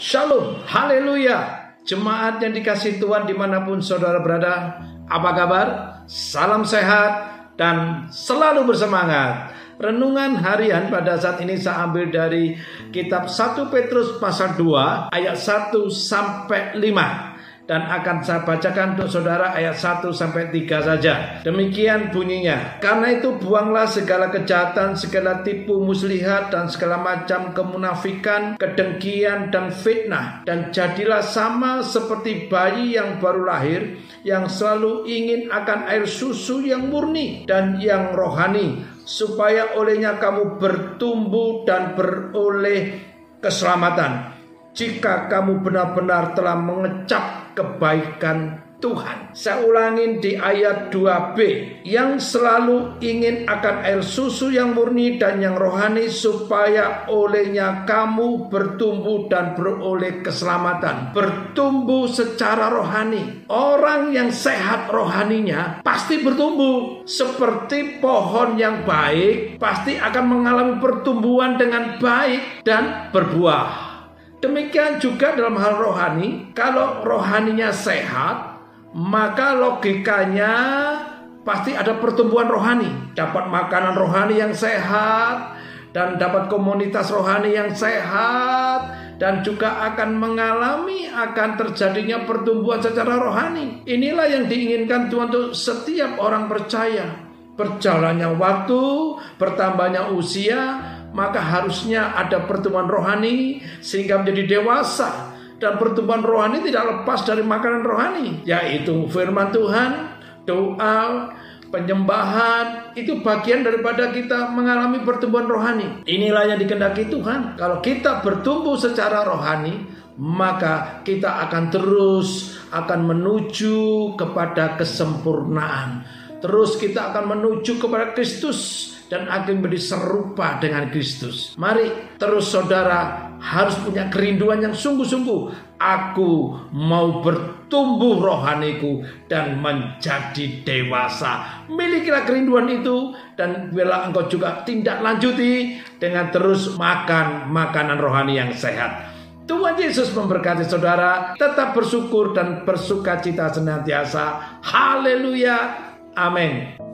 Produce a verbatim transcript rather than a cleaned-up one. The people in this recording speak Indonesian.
Shalom, haleluya. Jemaat yang dikasihi Tuhan dimanapun saudara berada, apa kabar? Salam sehat dan selalu bersemangat. Renungan harian pada saat ini saya ambil dari kitab satu Petrus pasal dua ayat satu sampai lima. Dan akan saya bacakan untuk saudara ayat satu sampai tiga saja. Demikian bunyinya. Karena itu buanglah segala kejahatan, segala tipu muslihat, dan segala macam kemunafikan, kedengkian, dan fitnah. Dan jadilah sama seperti bayi yang baru lahir, yang selalu ingin akan air susu yang murni dan yang rohani, supaya olehnya kamu bertumbuh dan beroleh keselamatan, jika kamu benar-benar telah mengecap kebaikan Tuhan. Saya ulangin di ayat dua b. Yang selalu ingin akan air susu yang murni dan yang rohani, supaya olehnya kamu bertumbuh dan beroleh keselamatan. Bertumbuh secara rohani. Orang yang sehat rohaninya pasti bertumbuh. Seperti pohon yang baik pasti akan mengalami pertumbuhan dengan baik dan berbuah. Demikian juga dalam hal rohani. Kalau rohaninya sehat, maka logikanya pasti ada pertumbuhan rohani. Dapat makanan rohani yang sehat, dan dapat komunitas rohani yang sehat, dan juga akan mengalami akan terjadinya pertumbuhan secara rohani. Inilah yang diinginkan Tuhan untuk setiap orang percaya. Berjalannya waktu, bertambahnya usia, maka harusnya ada pertumbuhan rohani sehingga menjadi dewasa. Dan pertumbuhan rohani tidak lepas dari makanan rohani, yaitu firman Tuhan, doa, penyembahan. Itu bagian daripada kita mengalami pertumbuhan rohani. Inilah yang dikehendaki Tuhan. Kalau kita bertumbuh secara rohani, maka kita akan terus akan menuju kepada kesempurnaan. Terus kita akan menuju kepada Kristus dan akan menjadi serupa dengan Kristus. Mari terus saudara harus punya kerinduan yang sungguh-sungguh. Aku mau bertumbuh rohaniku dan menjadi dewasa. Milikilah kerinduan itu, dan bila engkau juga tindak lanjuti dengan terus makan makanan rohani yang sehat. Tuhan Yesus memberkati saudara. Tetap bersyukur dan bersukacita senantiasa. Haleluya. Amin.